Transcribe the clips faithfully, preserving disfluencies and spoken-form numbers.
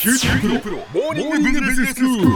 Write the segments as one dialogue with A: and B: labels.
A: キューティープロモーニングビジネススクール。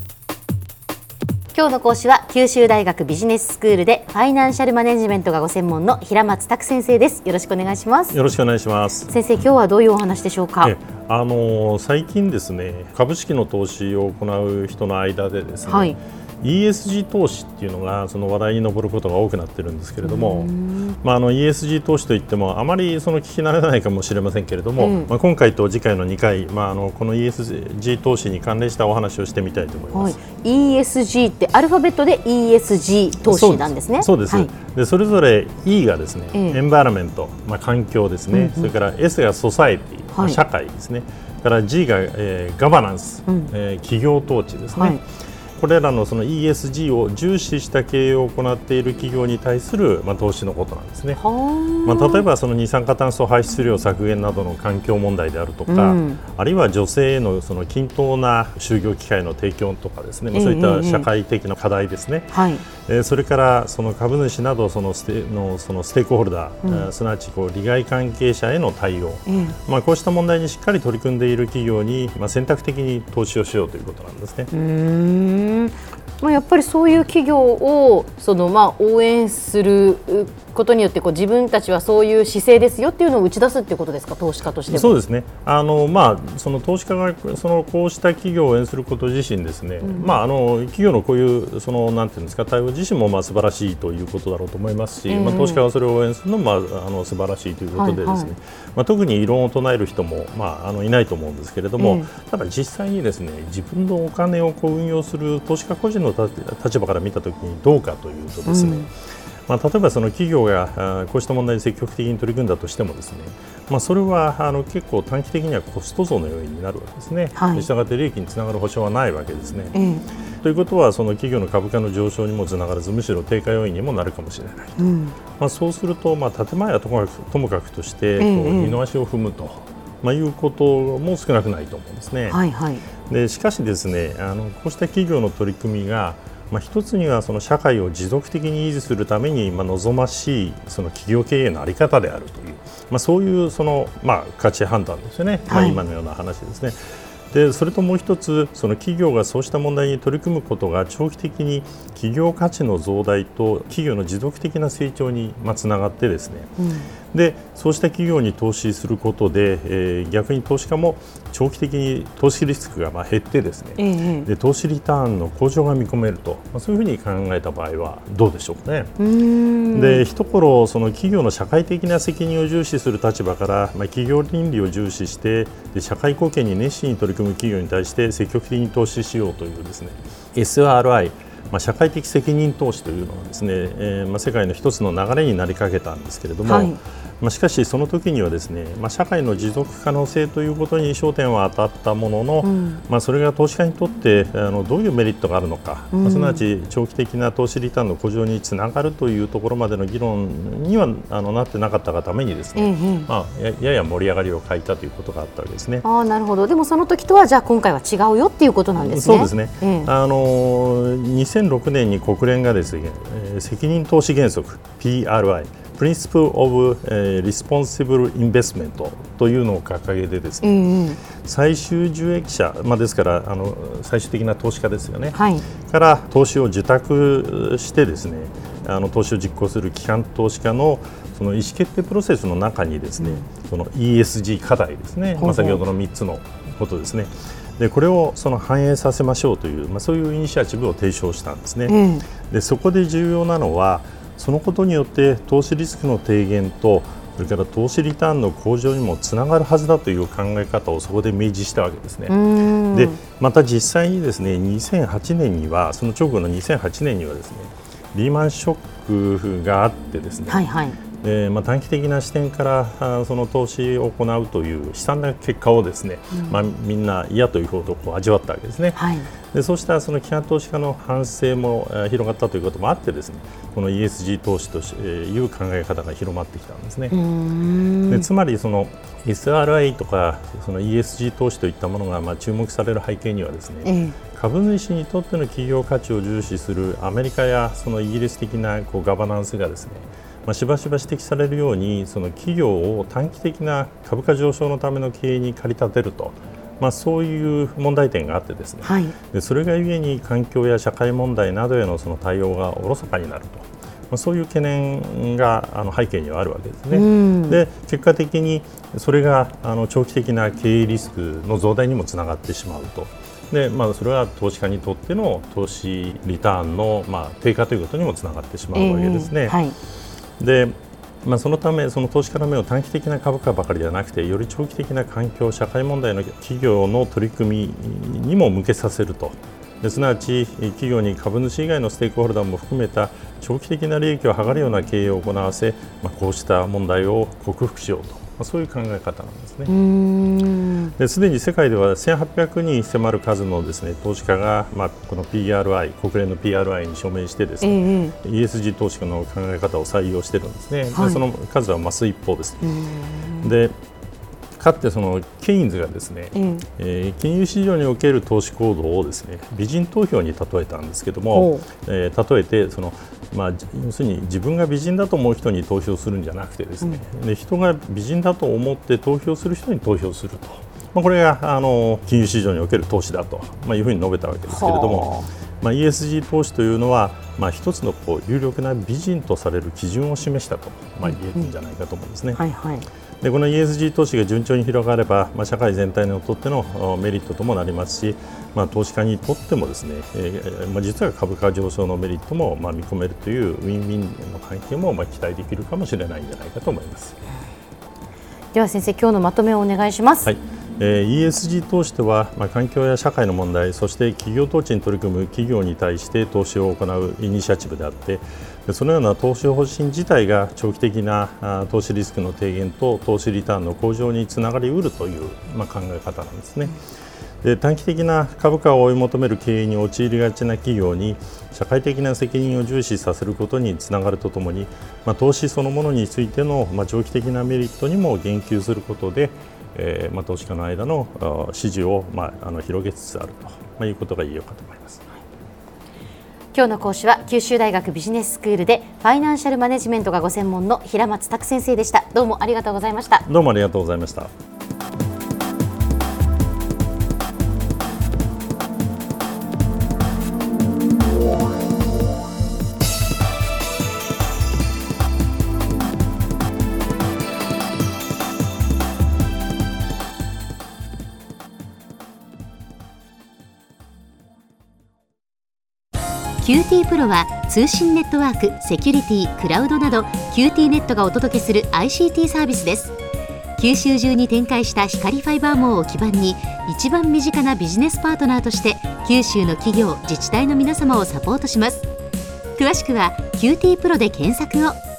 B: 今日の講師は九州大学ビジネススクールでファイナンシャルマネジメントがご専門の平松卓先生です。よろしくお願いします。
C: よろしくお願いします。
B: 先生、今日はどういうお話でしょうか。
C: えあの最近ですね、株式の投資を行う人の間でですね、はい、イーエスジー 投資っていうのがその話題に上ることが多くなってるんですけれども、まあ、あの イーエスジー 投資といってもあまりその聞き慣れないかもしれませんけれども、うん、まあ、今回と次回のにかい、まあ、あのこの イーエスジー 投資に関連したお話をしてみたいと思います。はい、
B: イーエスジー ってアルファベットで イーエスジー 投資なんですね。
C: そうです。そうです。はい、でそれぞれ E がですね、えー、エンバイロメント、まあ、環境ですね、うんうん、それから S がソサエティ、まあ、社会ですね、から G が、えー、ガバナンス、うん、えー、企業統治ですね。はい、これらのその イーエスジー を重視した経営を行っている企業に対する、まあ、投資のことなんですね。まあ、例えばその二酸化炭素排出量削減などの環境問題であるとか、うん、あるいは女性へのその均等な就業機会の提供とかですね、まあ、そういった社会的な課題ですね。はい、えー、それからその株主などそのステのそのステークホルダー、うん、すなわちこう利害関係者への対応、うん、まあ、こうした問題にしっかり取り組んでいる企業に、まあ、選択的に投資をしようということなんですね。
B: うーん、まあ、やっぱりそういう企業をそのまあ応援することによってこう自分たちはそういう姿勢ですよっていうのを打ち出すっていうことですか、投資家としても。
C: そうですね。あの、まあ、その投資家がそのこうした企業を応援すること自身ですね、うん、まあ、あの企業のこういうそのなんていうんですか、対応自身もまあ素晴らしいということだろうと思いますし、うん、まあ、投資家がそれを応援するのもまああの素晴らしいということでですね、はいはい、まあ、特に異論を唱える人もまああのいないと思うんですけれども、うん、ただ実際にですね、自分のお金をこう運用する投資家個人の立場から見たときにどうかというとですね、うん、まあ、例えばその企業がこうした問題に積極的に取り組んだとしてもですね、まあ、それはあの結構短期的にはコスト増の要因になるわけですね。はい、したがって利益につながる保証はないわけですね。うん、ということはその企業の株価の上昇にもつながらず、むしろ低下要因にもなるかもしれないと。うん、まあ、そうすると、まあ、建前はともかく、ともかくとしてこう二の足を踏むと、まあ、いうことも少なくないと思うんですね。はいはい、でしかしですね、あのこうした企業の取り組みがまあ、一つにはその社会を持続的に維持するためにまあ望ましいその企業経営の在り方であるという、まあ、そういうそのまあ価値判断ですよね。はい、まあ、今のような話ですね。でそれともう一つ、その企業がそうした問題に取り組むことが長期的に企業価値の増大と企業の持続的な成長にまあつながってですね、うん、でそうした企業に投資することで、えー、逆に投資家も長期的に投資リスクがまあ減ってですね、ええ、で投資リターンの向上が見込めると、まあ、そういうふうに考えた場合はどうでしょうかね。うーん、で一頃その企業の社会的な責任を重視する立場から、まあ、企業倫理を重視してで社会貢献に熱心に取り組む企業に対して積極的に投資しようというですね エスアールアイ、まあ、社会的責任投資というのがですね、えーまあ、世界の一つの流れになりかけたんですけれども、はい、まあ、しかしその時にはですね、まあ、社会の持続可能性ということに焦点は当たったものの、うん、まあ、それが投資家にとってあのどういうメリットがあるのか、うん、まあ、すなわち長期的な投資リターンの向上につながるというところまでの議論にはあのなってなかったがためにですね、うんうん、まあ、や, やや盛り上がりを欠いたということがあったわけですね。
B: あ、なるほど。でもその時とはじゃあ今回は違うよっていうことなんですね。
C: そうですね。ええ、あのにせんろくねんに国連がですね、責任投資原則 ピーアールアイPrinciple of Responsible Investment というのを掲げてですね、うんうん、最終受益者、まあ、ですからあの最終的な投資家ですよね、はい、から投資を受託してですね、あの投資を実行する機関投資家のその意思決定プロセスの中にですね、うん、その イーエスジー 課題ですね、まあ、先ほどのみっつのことですね。でこれをその反映させましょうという、まあ、そういうイニシアチブを提唱したんですね。うん、でそこで重要なのはそのことによって投資リスクの低減とそれから投資リターンの向上にもつながるはずだという考え方をそこで明示したわけですね。でまた実際にですねにせんはちねんにはその直後のにせんはちねんにはですねリーマンショックがあってですね、はいはい、でまあ、短期的な視点からその投資を行うという悲惨な結果をですね、うん、まあ、みんな嫌というほどこう味わったわけですね。はい、でそうしたその機関投資家の反省も広がったということもあってですね、この イーエスジー 投資という考え方が広まってきたんですね。うーん、でつまりその エスアールアイ とかその イーエスジー 投資といったものがまあ注目される背景にはですね、ええ、株主にとっての企業価値を重視するアメリカやそのイギリス的なこうガバナンスがですね、まあ、しばしば指摘されるようにその企業を短期的な株価上昇のための経営に駆り立てると、 まあ、そういう問題点があってですね、
B: はい、で
C: それがゆえに環境や社会問題などへのその対応がおろそかになると、まあ、そういう懸念があの背景にはあるわけですね。うん、で結果的にそれがあの長期的な経営リスクの増大にもつながってしまうと。でまあ、それは投資家にとっての投資リターンの、まあ、低下ということにもつながってしまうわけですね。えーはい、でまあ、そのため、その投資家の目を短期的な株価ばかりではなくて、より長期的な環境、社会問題の企業の取り組みにも向けさせると。ですなわち、企業に株主以外のステークホルダーも含めた長期的な利益を図るような経営を行わせ、まあ、こうした問題を克服しようと。まあ、そういう考え方なんですね。うーんですでに世界ではせんはっぴゃくにん迫る数のですね、投資家が、まあ、この ピーアールアイ、国連の ピーアールアイ に署名してですね、えー、イーエスジー 投資家の考え方を採用しているんですね。はい、でその数は増す一方です。でかつてそのケインズがですね、うんえー、金融市場における投資行動をですね、美人投票に例えたんですけども、えー、例えてその、まあ、要するに自分が美人だと思う人に投票するんじゃなくてですね、うん、で人が美人だと思って投票する人に投票すると、まあ、これがあの金融市場における投資だと、まあ、いうふうに述べたわけですけれども、まあ、イーエスジー 投資というのは、まあ、一つのこう有力な美人とされる基準を示したと、まあ、言えるんじゃないかと思うんですね。うんはいはいでこの イーエスジー 投資が順調に広がれば、まあ、社会全体にとってのメリットともなりますし、まあ、投資家にとってもですね、えーまあ、実は株価上昇のメリットもまあ見込めるというウィンウィンの関係もまあ期待できるかもしれないんじゃないかと思います。
B: では先生、今日のまとめをお願いします。
C: はいえー、イーエスジー 投資とは、まあ、環境や社会の問題、そして企業統治に取り組む企業に対して投資を行うイニシアチブであって、そのような投資方針自体が長期的なあ投資リスクの低減と投資リターンの向上につながりうるという、まあ、考え方なんですね。で短期的な株価を追い求める経営に陥りがちな企業に社会的な責任を重視させることにつながるとともに、まあ、投資そのものについての、まあ、長期的なメリットにも言及することで、えーまあ、投資家の間の支持を、まあ、あの広げつつあると、まあ、いうことが言えようかと思います。
B: 今日の講師は九州大学ビジネススクールでファイナンシャルマネジメントがご専門の平松卓先生でした。どうもありがとうございました。
C: どうもありがとうございました。
B: キューティー プロは通信ネットワーク、セキュリティ、クラウドなど キューティー ネットがお届けする アイシーティー サービスです。九州中に展開した光ファイバー網を基盤に一番身近なビジネスパートナーとして九州の企業、自治体の皆様をサポートします。詳しくは キューティー プロで検索を。